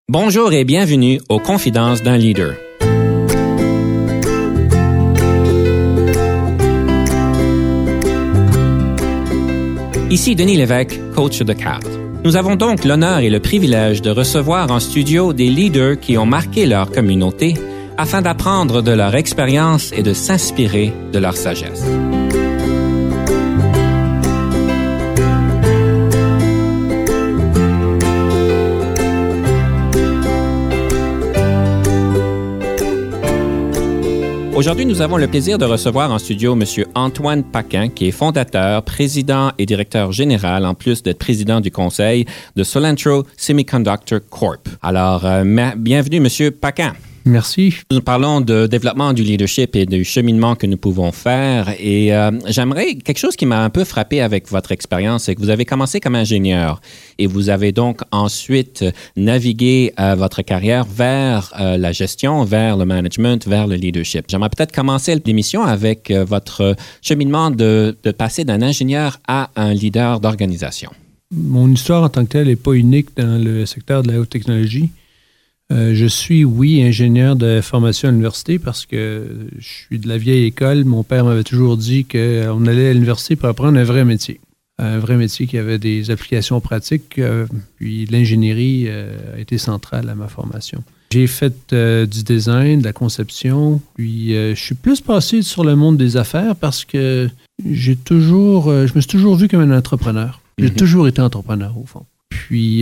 Bonjour et bienvenue aux Confidences d'un leader. Ici Denis Lévesque, coach de cadre. Nous avons donc l'honneur et le privilège de recevoir en studio des leaders qui ont marqué leur communauté afin d'apprendre de leur expérience et de s'inspirer de leur sagesse. Aujourd'hui, nous avons le plaisir de recevoir en studio M. Antoine Paquin, qui est fondateur, président et directeur général, en plus d'être président du conseil de Solentro Semiconductor Corp. Alors, bienvenue, M. Paquin. Merci. Nous parlons de développement du leadership et du cheminement que nous pouvons faire. Et j'aimerais, quelque chose qui m'a un peu frappé avec votre expérience, c'est que vous avez commencé comme ingénieur et vous avez donc ensuite navigué votre carrière vers la gestion, vers le management, vers le leadership. J'aimerais peut-être commencer l'émission avec votre cheminement de passer d'un ingénieur à un leader d'organisation. Mon histoire en tant que telle n'est pas unique dans le secteur de la haute technologie. Je suis, oui, ingénieur de formation à l'université parce que je suis de la vieille école. Mon père m'avait toujours dit qu'on allait à l'université pour apprendre un vrai métier. Un vrai métier qui avait des applications pratiques. Puis l'ingénierie a été centrale à ma formation. J'ai fait du design, de la conception. Puis je suis plus passé sur le monde des affaires parce que je me suis toujours vu comme un entrepreneur. J'ai toujours été entrepreneur, au fond. Puis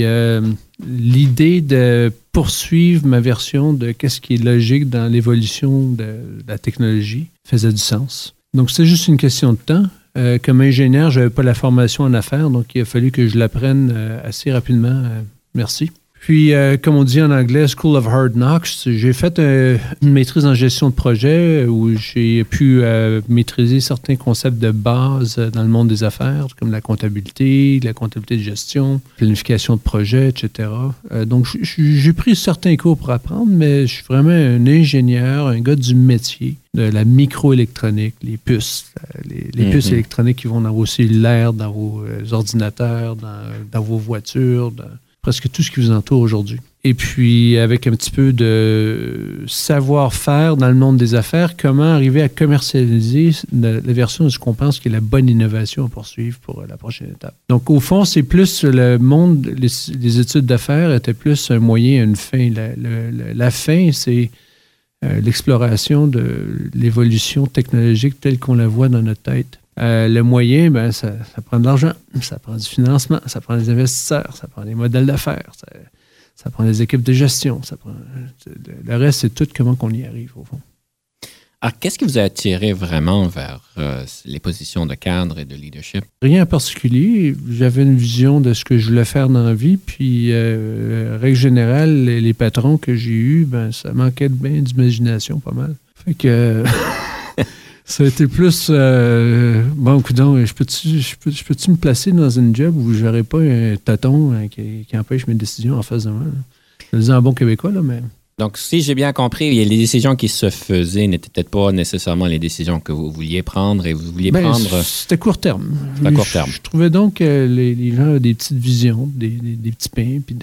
l'idée de poursuivre ma version de qu'est-ce qui est logique dans l'évolution de la technologie faisait du sens. Donc, c'est juste une question de temps. Comme ingénieur, je n'avais pas la formation en affaires, donc il a fallu que je l'apprenne assez rapidement. Merci. Puis, comme on dit en anglais, School of Hard Knocks, j'ai fait une maîtrise en gestion de projet où j'ai pu maîtriser certains concepts de base dans le monde des affaires, comme la comptabilité de gestion, planification de projet, etc. Donc, j'ai pris certains cours pour apprendre, mais je suis vraiment un ingénieur, un gars du métier, de la microélectronique, les puces, les puces électroniques qui vont dans vos cellulaires, dans vos ordinateurs, dans vos voitures, presque tout ce qui vous entoure aujourd'hui. Et puis, avec un petit peu de savoir-faire dans le monde des affaires, comment arriver à commercialiser la version de ce qu'on pense qui est la bonne innovation à poursuivre pour la prochaine étape. Donc, au fond, c'est plus le monde, les études d'affaires étaient plus un moyen, une fin. La fin, c'est l'exploration de l'évolution technologique telle qu'on la voit dans notre tête. Le moyen, ça prend de l'argent, ça prend du financement, ça prend des investisseurs, ça prend des modèles d'affaires, ça prend des équipes de gestion. Le reste, c'est tout comment qu'on y arrive, au fond. Alors, qu'est-ce qui vous a attiré vraiment vers les positions de cadre et de leadership? Rien en particulier. J'avais une vision de ce que je voulais faire dans la vie, puis, règle générale, les patrons que j'ai eus, ça manquait bien d'imagination, pas mal. Fait que... Ça a été plus, bon, coudonc, je peux-tu me placer dans une job où je n'aurais pas un tâton qui empêche mes décisions en face de moi? Là. Je le dis en bon québécois, là, mais... Donc, si j'ai bien compris, les décisions qui se faisaient n'étaient peut-être pas nécessairement les décisions que vous vouliez prendre et vous vouliez prendre... C'était court terme. C'était court terme. Je trouvais donc que les gens avaient des petites visions, des petits pains, puis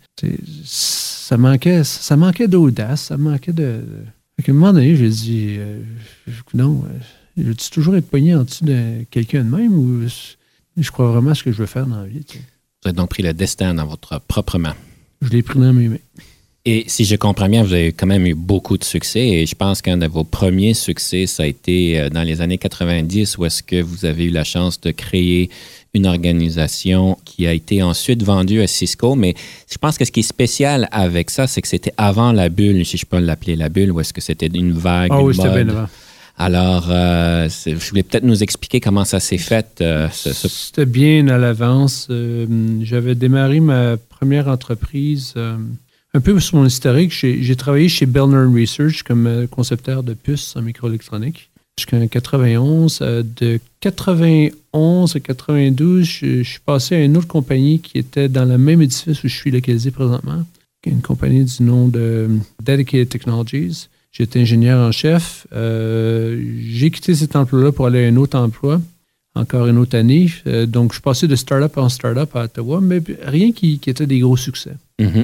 ça manquait d'audace, ça manquait de... À un moment donné, j'ai dit, non, veux-tu toujours être pogné en dessous de quelqu'un de même ou je crois vraiment à ce que je veux faire dans la vie? Tu sais. Vous avez donc pris le destin dans votre propre main. Je l'ai pris dans mes mains. Et si je comprends bien, vous avez quand même eu beaucoup de succès et je pense qu'un de vos premiers succès, ça a été dans les années 90 où est-ce que vous avez eu la chance de créer une organisation qui a été ensuite vendue à Cisco. Mais je pense que ce qui est spécial avec ça, c'est que c'était avant la bulle, si je peux l'appeler la bulle, ou est-ce que c'était une vague, une mode? C'était bien avant. Alors, je voulais peut-être nous expliquer comment ça s'est fait. C'était bien à l'avance. J'avais démarré ma première entreprise... un peu sur mon historique, j'ai travaillé chez Bell Research comme concepteur de puces en microélectronique jusqu'en 91. De 91 à 92, je suis passé à une autre compagnie qui était dans le même édifice où je suis localisé présentement, une compagnie du nom de Dedicated Technologies. J'étais ingénieur en chef. J'ai quitté cet emploi-là pour aller à un autre emploi, encore une autre année. Donc, je suis passé de start-up en start-up à Ottawa, mais rien qui était des gros succès.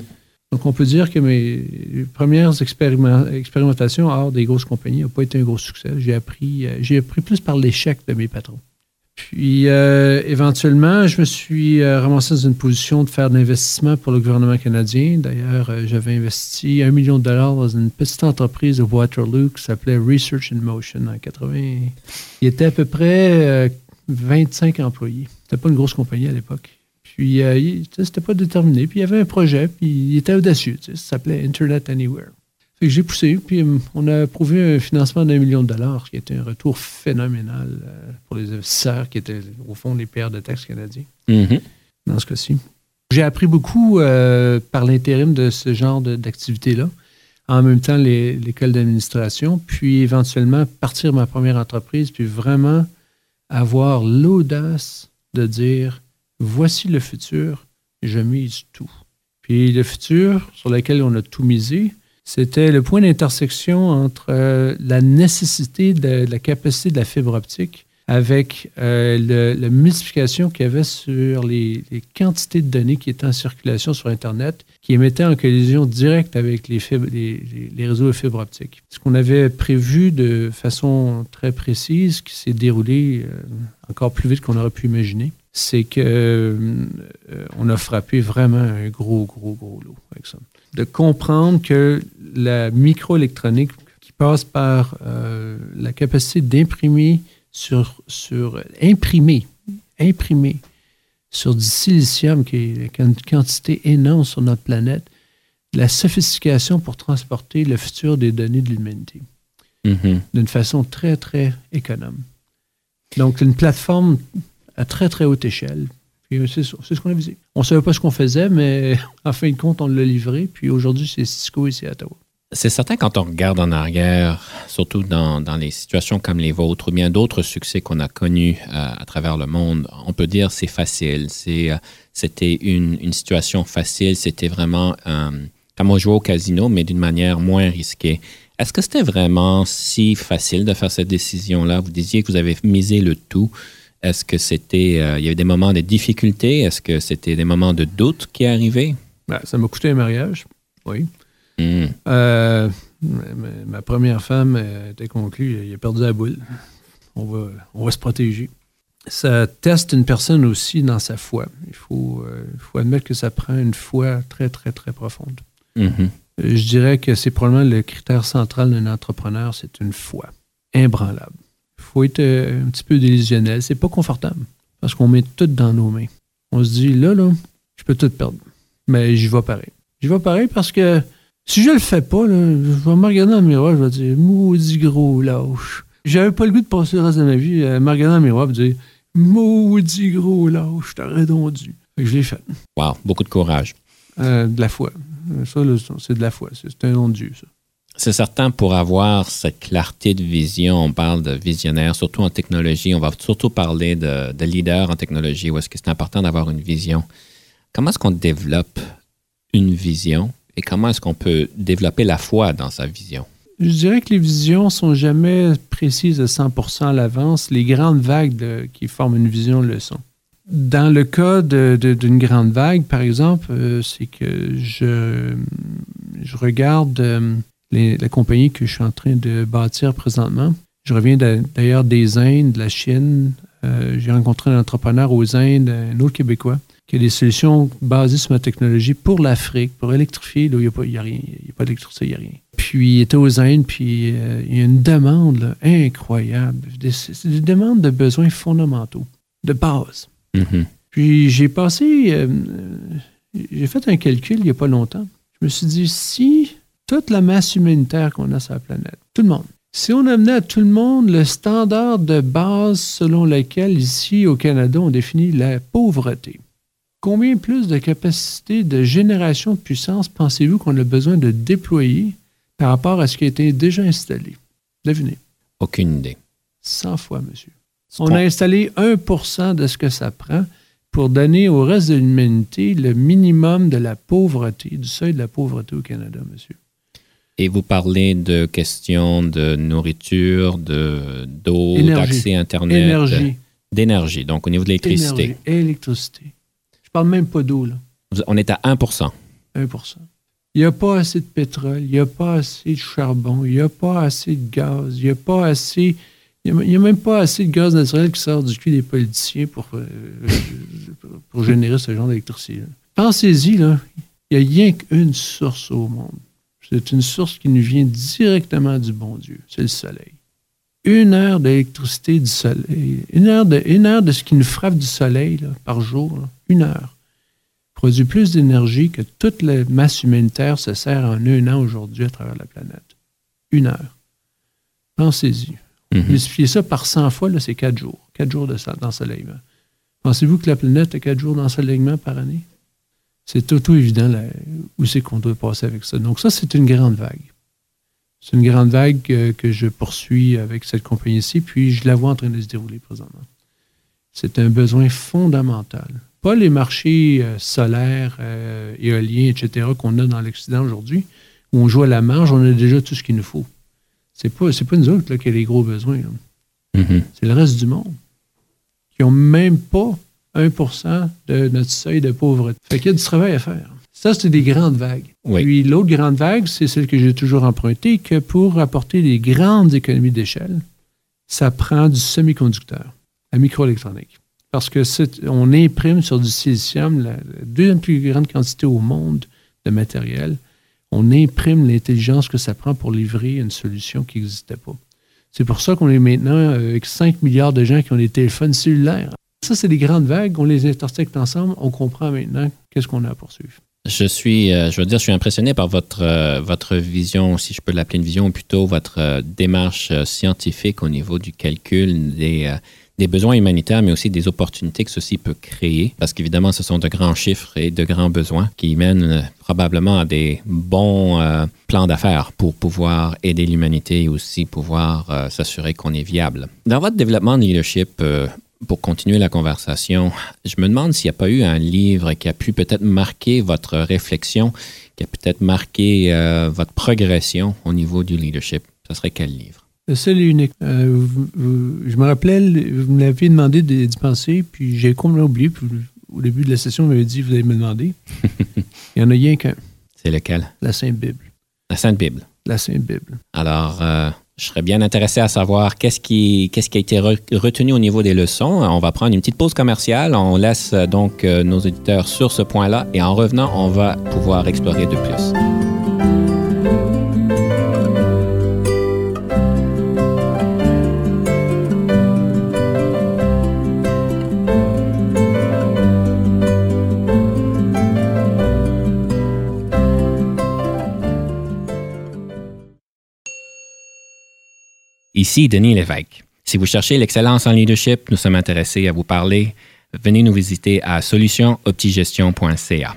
Donc, on peut dire que mes premières expérimentations hors des grosses compagnies n'ont pas été un gros succès. J'ai appris plus par l'échec de mes patrons. Puis, éventuellement, je me suis ramassé dans une position de faire de l'investissement pour le gouvernement canadien. D'ailleurs, j'avais investi $1 million dans une petite entreprise de Waterloo qui s'appelait Research in Motion en 80. Il était à peu près 25 employés. C'était pas une grosse compagnie à l'époque. Puis, c'était pas déterminé. Puis, il y avait un projet, puis il était audacieux. Ça s'appelait Internet Anywhere. Fait que j'ai poussé, puis on a approuvé un financement d'$1 million, qui était un retour phénoménal pour les investisseurs, qui étaient, au fond, les pairs de taxes canadiens, dans ce cas-ci. J'ai appris beaucoup par l'intérim de ce genre d'activité-là. En même temps, l'école d'administration, puis éventuellement partir ma première entreprise, puis vraiment avoir l'audace de dire « Voici le futur, je mise tout ». Puis le futur sur lequel on a tout misé, c'était le point d'intersection entre la nécessité de la capacité de la fibre optique avec la multiplication qu'il y avait sur les quantités de données qui étaient en circulation sur Internet, qui émettaient en collision directe avec les réseaux de fibre optique. Ce qu'on avait prévu de façon très précise, qui s'est déroulé encore plus vite qu'on aurait pu imaginer, c'est qu'on a frappé vraiment un gros lot avec ça. De comprendre que la microélectronique qui passe par la capacité d'imprimer imprimer sur du silicium, qui est une quantité énorme sur notre planète, la sophistication pour transporter le futur des données de l'humanité d'une façon très, très économe. Donc, une plateforme à très, très haute échelle. Puis c'est ce qu'on a visé. On ne savait pas ce qu'on faisait, mais en fin de compte, on l'a livré. Puis aujourd'hui, c'est Cisco ici à Ottawa. C'est certain, quand on regarde en arrière, surtout dans les situations comme les vôtres ou bien d'autres succès qu'on a connus à travers le monde, on peut dire c'est facile. C'était une situation facile. C'était vraiment comme on jouait au casino, mais d'une manière moins risquée. Est-ce que c'était vraiment si facile de faire cette décision-là? Vous disiez que vous avez misé le tout. Est-ce que il y avait des moments de difficulté? Est-ce que c'était des moments de doute qui arrivaient? Ben, ça m'a coûté un mariage, oui. Ma première femme était conclue, il a perdu la boule. On va se protéger. Ça teste une personne aussi dans sa foi. Il faut admettre que ça prend une foi très, très, très profonde. Je dirais que c'est probablement le critère central d'un entrepreneur, c'est une foi imbranlable. Il faut être un petit peu délusionnel. C'est pas confortable parce qu'on met tout dans nos mains. On se dit, là, je peux tout perdre. Mais j'y vais pareil. J'y vais pareil parce que si je le fais pas, là, je vais me regarder dans le miroir, je vais dire, maudit gros lâche. J'avais pas le goût de passer le reste de ma vie à me regarder dans le miroir et dire, maudit gros lâche, t'aurais donc dû. Fait que je l'ai fait. Wow, beaucoup de courage. De la foi. Ça, là, c'est de la foi. C'est un nom de Dieu, ça. C'est certain, pour avoir cette clarté de vision, on parle de visionnaire, surtout en technologie. On va surtout parler de leader en technologie, où est-ce que c'est important d'avoir une vision. Comment est-ce qu'on développe une vision et comment est-ce qu'on peut développer la foi dans sa vision? Je dirais que les visions ne sont jamais précises à 100% à l'avance. Les grandes vagues qui forment une vision le sont. Dans le cas d'une grande vague, par exemple, c'est que je regarde la compagnie que je suis en train de bâtir présentement. Je reviens d'ailleurs des Indes, de la Chine. J'ai rencontré un entrepreneur aux Indes, un autre Québécois, qui a des solutions basées sur ma technologie pour l'Afrique, pour électrifier. Là, il n'y a rien. Il n'y a pas d'électricité, il n'y a rien. Puis, il était aux Indes, puis il y a une demande là, incroyable. C'est des demandes de besoins fondamentaux, de base. Puis, j'ai fait un calcul il n'y a pas longtemps. Je me suis dit, si toute la masse humanitaire qu'on a sur la planète, tout le monde, si on amenait à tout le monde le standard de base selon lequel, ici, au Canada, on définit la pauvreté, combien plus de capacité de génération de puissance pensez-vous qu'on a besoin de déployer par rapport à ce qui a été déjà installé? Devinez. Aucune idée. 100 fois, monsieur. On a installé 1% de ce que ça prend pour donner au reste de l'humanité le minimum de la pauvreté, du seuil de la pauvreté au Canada, monsieur. Et vous parlez de questions de nourriture, d'eau, d'accès à Internet. D'énergie, donc au niveau de l'électricité. Électricité. Je parle même pas d'eau, là. On est à 1%. 1%. Il n'y a pas assez de pétrole, il n'y a pas assez de charbon, il n'y a pas assez de gaz, il n'y a pas assez... Il n'y a même pas assez de gaz naturel qui sort du cul des politiciens pour générer ce genre d'électricité. Pensez-y, là, il n'y a rien qu'une source au monde. C'est une source qui nous vient directement du bon Dieu. C'est le soleil. 1 heure d'électricité du soleil, une heure de ce qui nous frappe du soleil là, par jour, là, 1 heure, produit plus d'énergie que toute la masse humanitaire se sert en 1 an aujourd'hui à travers la planète. 1 heure. Pensez-y. Multipliez ça par 100 fois, là, c'est 4 jours. 4 jours d'ensoleillement. Pensez-vous que la planète a 4 jours d'ensoleillement par année? C'est auto-évident là, où c'est qu'on doit passer avec ça. Donc ça, c'est une grande vague. C'est une grande vague que je poursuis avec cette compagnie-ci, puis je la vois en train de se dérouler présentement. C'est un besoin fondamental. Pas les marchés solaires, éoliens, etc., qu'on a dans l'Occident aujourd'hui, où on joue à la marge, on a déjà tout ce qu'il nous faut. C'est pas nous autres là, qui avons les gros besoins. C'est le reste du monde qui n'ont même pas 1% de notre seuil de pauvreté. Fait qu'il y a du travail à faire. Ça, c'est des grandes vagues. Oui. Puis l'autre grande vague, c'est celle que j'ai toujours empruntée, que pour apporter des grandes économies d'échelle, ça prend du semi-conducteur, la microélectronique. Parce que on imprime sur du silicium, la deuxième plus grande quantité au monde de matériel. On imprime l'intelligence que ça prend pour livrer une solution qui n'existait pas. C'est pour ça qu'on est maintenant avec 5 milliards de gens qui ont des téléphones cellulaires. Ça, c'est des grandes vagues. On les intersecte ensemble. On comprend maintenant qu'est-ce qu'on a à poursuivre. Je suis impressionné par votre vision, si je peux l'appeler une vision, ou plutôt votre démarche scientifique au niveau du calcul des besoins humanitaires, mais aussi des opportunités que ceci peut créer. Parce qu'évidemment, ce sont de grands chiffres et de grands besoins qui mènent probablement à des bons plans d'affaires pour pouvoir aider l'humanité et aussi pouvoir s'assurer qu'on est viable. Dans votre développement de leadership, pour continuer la conversation, je me demande s'il n'y a pas eu un livre qui a pu peut-être marquer votre réflexion, qui a peut-être marqué votre progression au niveau du leadership. Ce serait quel livre? Le seul et unique. Je me rappelais, vous me l'aviez demandé d'y penser, puis j'ai complètement oublié. Puis au début de la session, vous m'avez dit, vous allez me demander. Il n'y en a rien qu'un. C'est lequel? La Sainte Bible. La Sainte Bible. La Sainte Bible. Alors, je serais bien intéressé à savoir qu'est-ce qui a été retenu au niveau des leçons. On va prendre une petite pause commerciale. On laisse donc nos auditeurs sur ce point-là et en revenant, on va pouvoir explorer de plus. Ici Denis Lévesque. Si vous cherchez l'excellence en leadership, nous sommes intéressés à vous parler. Venez nous visiter à solutionoptigestion.ca.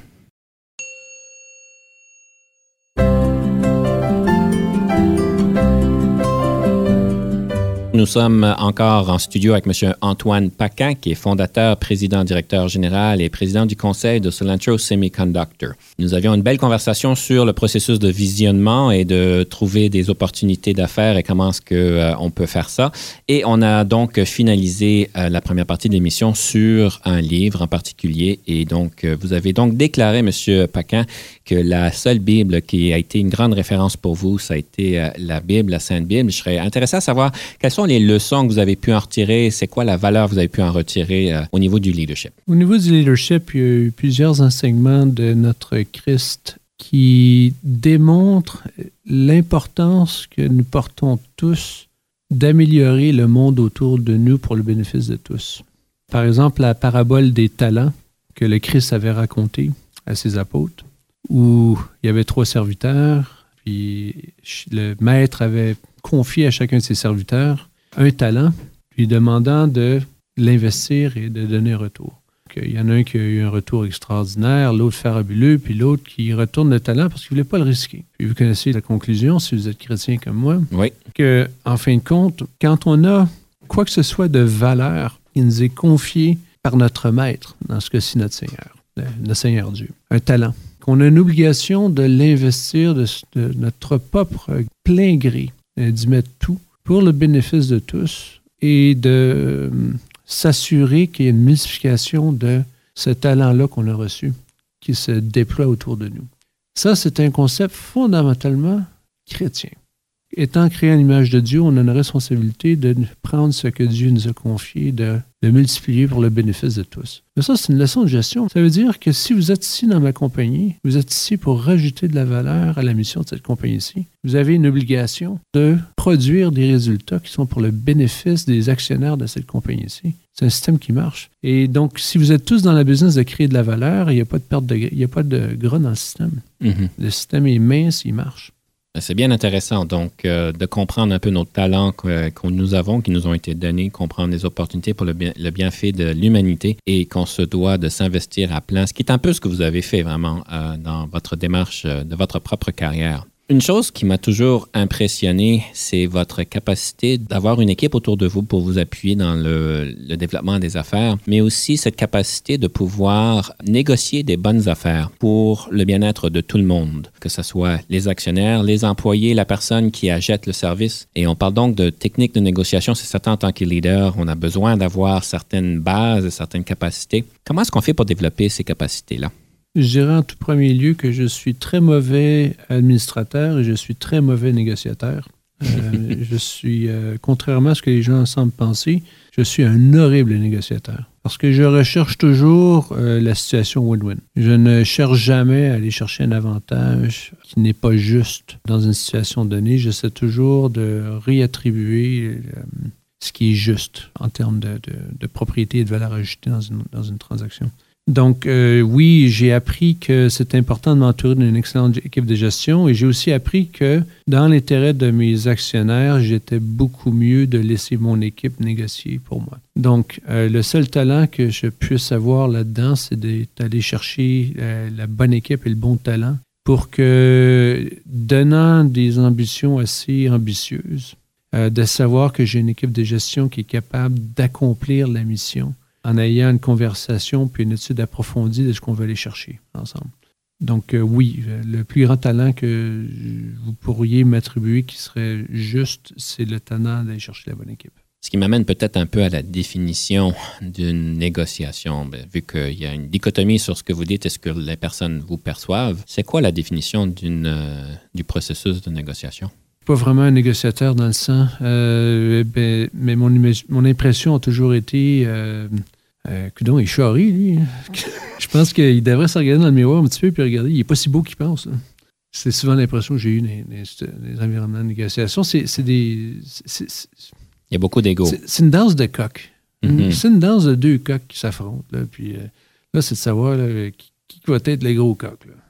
Nous sommes encore en studio avec M. Antoine Paquin, qui est fondateur, président, directeur général et président du conseil de Solantro Semiconductor. Nous avions une belle conversation sur le processus de visionnement et de trouver des opportunités d'affaires et comment est-ce qu'on peut faire ça. Et on a donc finalisé la première partie de l'émission sur un livre en particulier. Et donc, vous avez donc déclaré, M. Paquin, que la seule Bible qui a été une grande référence pour vous, ça a été la Bible, la Sainte Bible. Je serais intéressé à savoir quelles sont les leçons que vous avez pu en retirer, c'est quoi la valeur que vous avez pu en retirer au niveau du leadership? Au niveau du leadership, il y a eu plusieurs enseignements de notre Christ qui démontrent l'importance que nous portons tous d'améliorer le monde autour de nous pour le bénéfice de tous. Par exemple, la parabole des talents que le Christ avait racontée à ses apôtres, où il y avait 3 serviteurs, puis le maître avait confié à chacun de ses serviteurs un talent, lui demandant de l'investir et de donner un retour. Il y en a un qui a eu un retour extraordinaire, l'autre fabuleux, puis l'autre qui retourne le talent parce qu'il ne voulait pas le risquer. Puis vous connaissez la conclusion, si vous êtes chrétien comme moi, oui, que en fin de compte, quand on a quoi que ce soit de valeur qui nous est confié par notre maître, dans ce cas-ci notre Seigneur Dieu, un talent, qu'on a une obligation de l'investir de notre propre plein gré, d'y mettre tout pour le bénéfice de tous et de s'assurer qu'il y ait une multiplication de ce talent-là qu'on a reçu qui se déploie autour de nous. Ça, c'est un concept fondamentalement chrétien. Étant créé à l'image de Dieu, on a une responsabilité de prendre ce que Dieu nous a confié, de le multiplier pour le bénéfice de tous. Mais ça, c'est une leçon de gestion. Ça veut dire que si vous êtes ici dans ma compagnie, vous êtes ici pour rajouter de la valeur à la mission de cette compagnie-ci. Vous avez une obligation de produire des résultats qui sont pour le bénéfice des actionnaires de cette compagnie-ci. C'est un système qui marche. Et donc, si vous êtes tous dans la business de créer de la valeur, il n'y a pas de perte il n'y a pas de gras dans le système. Mm-hmm. Le système est mince, il marche. C'est bien intéressant, donc, de comprendre un peu nos talents que nous avons, qui nous ont été donnés, comprendre les opportunités pour le bienfait de l'humanité et qu'on se doit de s'investir à plein, ce qui est un peu ce que vous avez fait vraiment dans votre démarche de votre propre carrière. Une chose qui m'a toujours impressionné, c'est votre capacité d'avoir une équipe autour de vous pour vous appuyer dans le développement des affaires, mais aussi cette capacité de pouvoir négocier des bonnes affaires pour le bien-être de tout le monde, que ce soit les actionnaires, les employés, la personne qui achète le service. Et on parle donc de techniques de négociation. C'est certain, en tant que leader, on a besoin d'avoir certaines bases, certaines capacités. Comment est-ce qu'on fait pour développer ces capacités-là? Je dirais en tout premier lieu que je suis très mauvais administrateur et je suis très mauvais négociateur. Je suis, contrairement à ce que les gens semblent penser, je suis un horrible négociateur. Parce que je recherche toujours la situation win-win. Je ne cherche jamais à aller chercher un avantage qui n'est pas juste dans une situation donnée. J'essaie toujours de réattribuer ce qui est juste en termes de propriété et de valeur ajoutée dans une transaction. Donc, oui, j'ai appris que c'est important de m'entourer d'une excellente équipe de gestion et j'ai aussi appris que dans l'intérêt de mes actionnaires, j'étais beaucoup mieux de laisser mon équipe négocier pour moi. Donc, le seul talent que je puisse avoir là-dedans, c'est d'aller chercher la bonne équipe et le bon talent pour que, donnant des ambitions assez ambitieuses, de savoir que j'ai une équipe de gestion qui est capable d'accomplir la mission en ayant une conversation puis une étude approfondie de ce qu'on veut aller chercher ensemble. Donc oui, le plus grand talent que vous pourriez m'attribuer qui serait juste, c'est le talent d'aller chercher la bonne équipe. Ce qui m'amène peut-être un peu à la définition d'une négociation. Bien, vu qu'il y a une dichotomie sur ce que vous dites et ce que les personnes vous perçoivent, c'est quoi la définition du processus de négociation? Pas vraiment un négociateur dans le sang, mais mon impression a toujours été coudonc, il est charré, lui. Je pense qu'il devrait se regarder dans le miroir un petit peu et regarder, il n'est pas si beau qu'il pense. Là. C'est souvent l'impression que j'ai eue dans les environnements de négociation. Il y a beaucoup d'ego. C'est une danse de coqs. Mm-hmm. C'est une danse de deux coqs qui s'affrontent. Là, puis là, c'est de savoir là, qui va être les gros coqs. Là.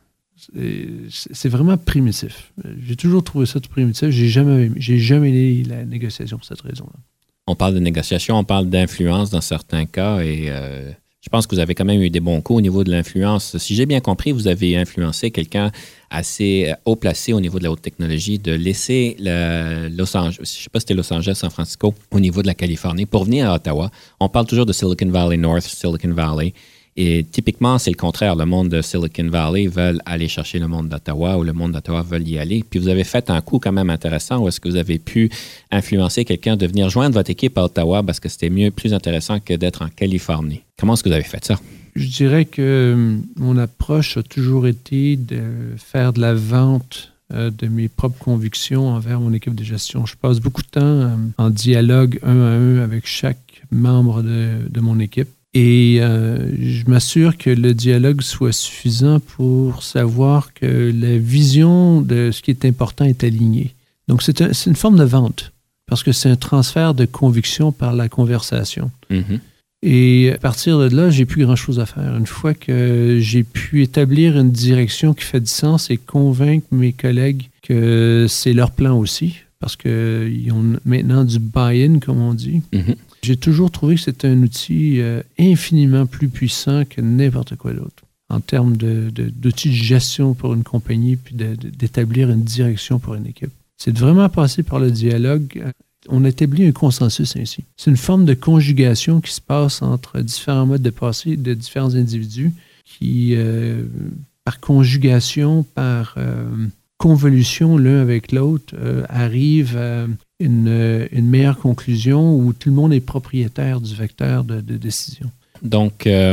C'est vraiment primitif. J'ai toujours trouvé ça tout primitif. J'ai jamais aimé la négociation pour cette raison-là. On parle de négociation, on parle d'influence dans certains cas et je pense que vous avez quand même eu des bons coups au niveau de l'influence. Si j'ai bien compris, vous avez influencé quelqu'un assez haut placé au niveau de la haute technologie de laisser Los Angeles, je ne sais pas si c'était Los Angeles, San Francisco, au niveau de la Californie, pour venir à Ottawa. On parle toujours de Silicon Valley North, Silicon Valley. Et typiquement, c'est le contraire. Le monde de Silicon Valley veut aller chercher le monde d'Ottawa ou le monde d'Ottawa veut y aller. Puis vous avez fait un coup quand même intéressant où est-ce que vous avez pu influencer quelqu'un de venir joindre votre équipe à Ottawa parce que c'était plus intéressant que d'être en Californie. Comment est-ce que vous avez fait ça? Je dirais que mon approche a toujours été de faire de la vente de mes propres convictions envers mon équipe de gestion. Je passe beaucoup de temps en dialogue un à un avec chaque membre de mon équipe. Et je m'assure que le dialogue soit suffisant pour savoir que la vision de ce qui est important est alignée. Donc, c'est une forme de vente, parce que c'est un transfert de conviction par la conversation. Mm-hmm. Et à partir de là, j'ai plus grand-chose à faire. Une fois que j'ai pu établir une direction qui fait du sens et convaincre mes collègues que c'est leur plan aussi, parce qu'ils ont maintenant du buy-in, comme on dit, mm-hmm. J'ai toujours trouvé que c'était un outil infiniment plus puissant que n'importe quoi d'autre en termes d'outils de gestion pour une compagnie puis d'établir une direction pour une équipe. C'est de vraiment passer par le dialogue. On établit un consensus ainsi. C'est une forme de conjugation qui se passe entre différents modes de pensée de différents individus qui, par conjugation, par convolution l'un avec l'autre, arrivent à une meilleure conclusion où tout le monde est propriétaire du vecteur de décision. Donc,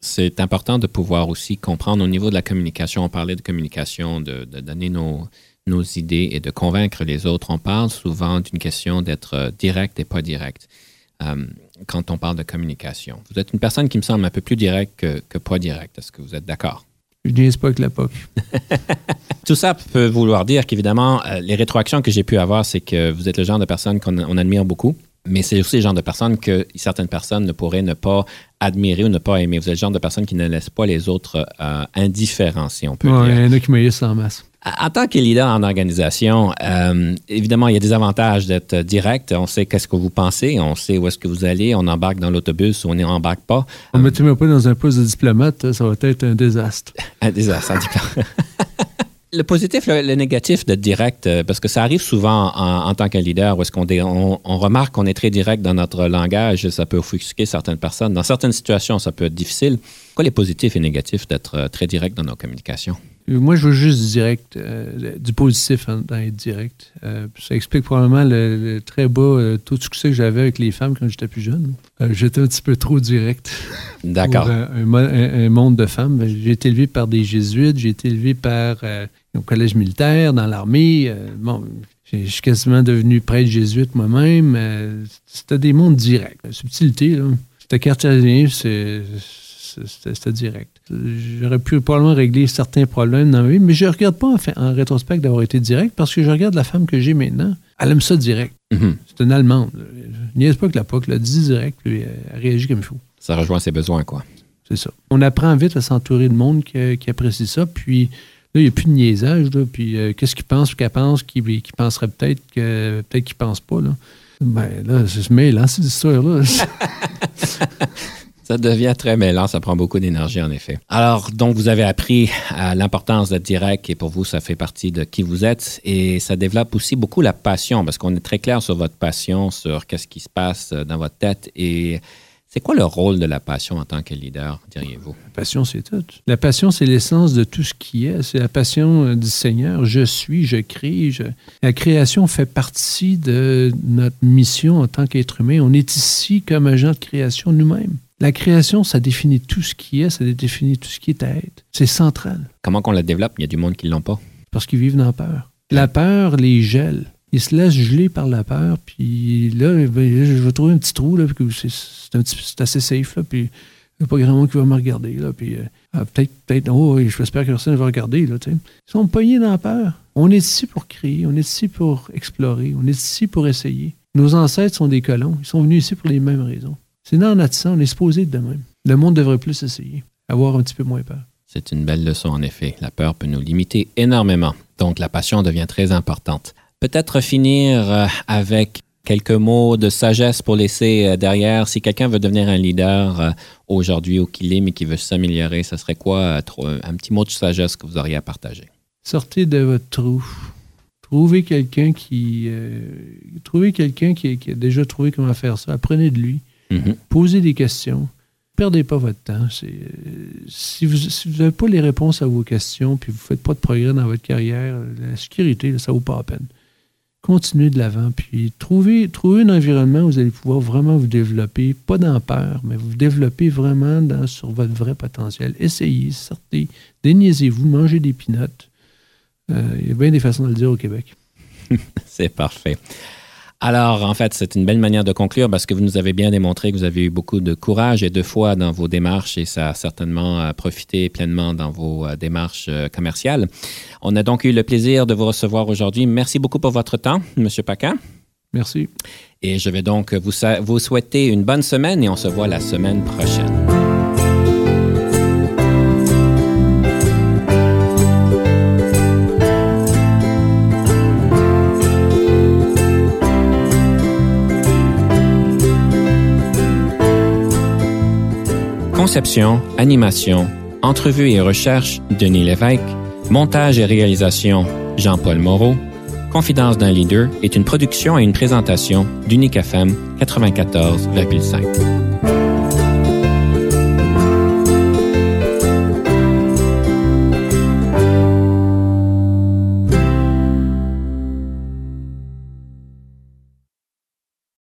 C'est important de pouvoir aussi comprendre au niveau de la communication. On parlait de communication, de donner nos idées et de convaincre les autres. On parle souvent d'une question d'être direct et pas direct quand on parle de communication. Vous êtes une personne qui me semble un peu plus directe que pas directe. Est-ce que vous êtes d'accord? Je niaise pas avec la POC. Tout ça peut vouloir dire qu'évidemment, les rétroactions que j'ai pu avoir, c'est que vous êtes le genre de personne qu'on admire beaucoup. Mais c'est aussi le genre de personne que certaines personnes ne pourraient ne pas admirer ou ne pas aimer. Vous êtes le genre de personne qui ne laisse pas les autres indifférents, si on peut dire. Il y en a qui m'haïssent en masse. En tant que leader en organisation, évidemment, il y a des avantages d'être direct. On sait qu'est-ce que vous pensez, on sait où est-ce que vous allez, on embarque dans l'autobus ou on n'embarque pas. On ne mettez-moi pas dans un poste de diplomate, ça va être un désastre. Un désastre, un diplomate. Le positif, le négatif d'être direct, parce que ça arrive souvent en tant que leader, où est-ce qu'on remarque qu'on est très direct dans notre langage, ça peut offusquer certaines personnes. Dans certaines situations, ça peut être difficile. Quoi les positifs et négatifs d'être très direct dans nos communications? Moi, je veux juste du direct, du positif dans être direct. Ça explique probablement le très bas taux de succès que j'avais avec les femmes quand j'étais plus jeune. J'étais un petit peu trop direct. D'accord. Pour un monde de femmes. J'ai été élevé par des jésuites, j'ai été élevé par au collège militaire, dans l'armée. Je suis quasiment devenu prêtre jésuite moi-même. C'était des mondes directs. La subtilité, là. C'était cartésien, c'était direct. J'aurais pu probablement régler certains problèmes dans ma vie, mais je ne regarde pas en rétrospect d'avoir été direct parce que je regarde la femme que j'ai maintenant. Elle aime ça direct. Mm-hmm. C'est une Allemande. Je niaise pas que la POC, elle dit direct, puis elle réagit comme il faut. Ça rejoint ses besoins, quoi. C'est ça. On apprend vite à s'entourer de monde qui apprécie ça, puis là, il n'y a plus de niaisage, là, puis qu'est-ce qu'il pense ou qu'elle pense, qui penserait peut-être qu'il ne pense pas, là. Ben là, c'est mêlant, cette histoire-là. Ça devient très mêlant, ça prend beaucoup d'énergie en effet. Alors, donc, vous avez appris l'importance d'être direct et pour vous, ça fait partie de qui vous êtes et ça développe aussi beaucoup la passion parce qu'on est très clair sur votre passion, sur qu'est-ce qui se passe dans votre tête et c'est quoi le rôle de la passion en tant que leader, diriez-vous? La passion, c'est tout. La passion, c'est l'essence de tout ce qui est. C'est la passion du Seigneur. Je suis, je crée. La création fait partie de notre mission en tant qu'être humain. On est ici comme agent de création nous-mêmes. La création, ça définit tout ce qui est, ça définit tout ce qui est à être. C'est central. Comment qu'on la développe? Il y a du monde qui ne l'ont pas. Parce qu'ils vivent dans la peur. La peur les gèle. Ils se laissent geler par la peur, puis là, je vais trouver un petit trou, là, c'est assez safe, là, puis il n'y a pas grand monde qui va me regarder, là, puis peut-être, j'espère que personne ne va regarder, là, tu sais. Ils sont pognés dans la peur. On est ici pour créer, on est ici pour explorer, on est ici pour essayer. Nos ancêtres sont des colons, ils sont venus ici pour les mêmes raisons. C'est dans notre sang, on est supposé être de même. Le monde devrait plus essayer, avoir un petit peu moins peur. C'est une belle leçon, en effet. La peur peut nous limiter énormément, donc la passion devient très importante. Peut-être finir avec quelques mots de sagesse pour laisser derrière. Si quelqu'un veut devenir un leader aujourd'hui ou qu'il est, mais qui veut s'améliorer, ce serait quoi un petit mot de sagesse que vous auriez à partager? Sortez de votre trou. Trouvez quelqu'un qui a déjà trouvé comment faire ça. Apprenez de lui. Mm-hmm. Posez des questions. Ne perdez pas votre temps. Si vous n'avez pas les réponses à vos questions puis vous ne faites pas de progrès dans votre carrière, la sécurité, là, ça ne vaut pas la peine. Continuez de l'avant, puis trouvez un environnement où vous allez pouvoir vraiment vous développer, pas dans la peur, mais vous développer vraiment sur votre vrai potentiel. Essayez, sortez, déniaisez-vous, mangez des peanuts. Il y a bien des façons de le dire au Québec. C'est parfait. Alors, en fait, c'est une belle manière de conclure parce que vous nous avez bien démontré que vous avez eu beaucoup de courage et de foi dans vos démarches et ça a certainement profité pleinement dans vos démarches commerciales. On a donc eu le plaisir de vous recevoir aujourd'hui. Merci beaucoup pour votre temps, M. Paquin. Merci. Et je vais donc vous souhaiter une bonne semaine et on se voit la semaine prochaine. Conception, animation, entrevue et recherche, Denis Lévesque. Montage et réalisation, Jean-Paul Moreau. Confidence d'un leader est une production et une présentation d'Unique FM 94,5.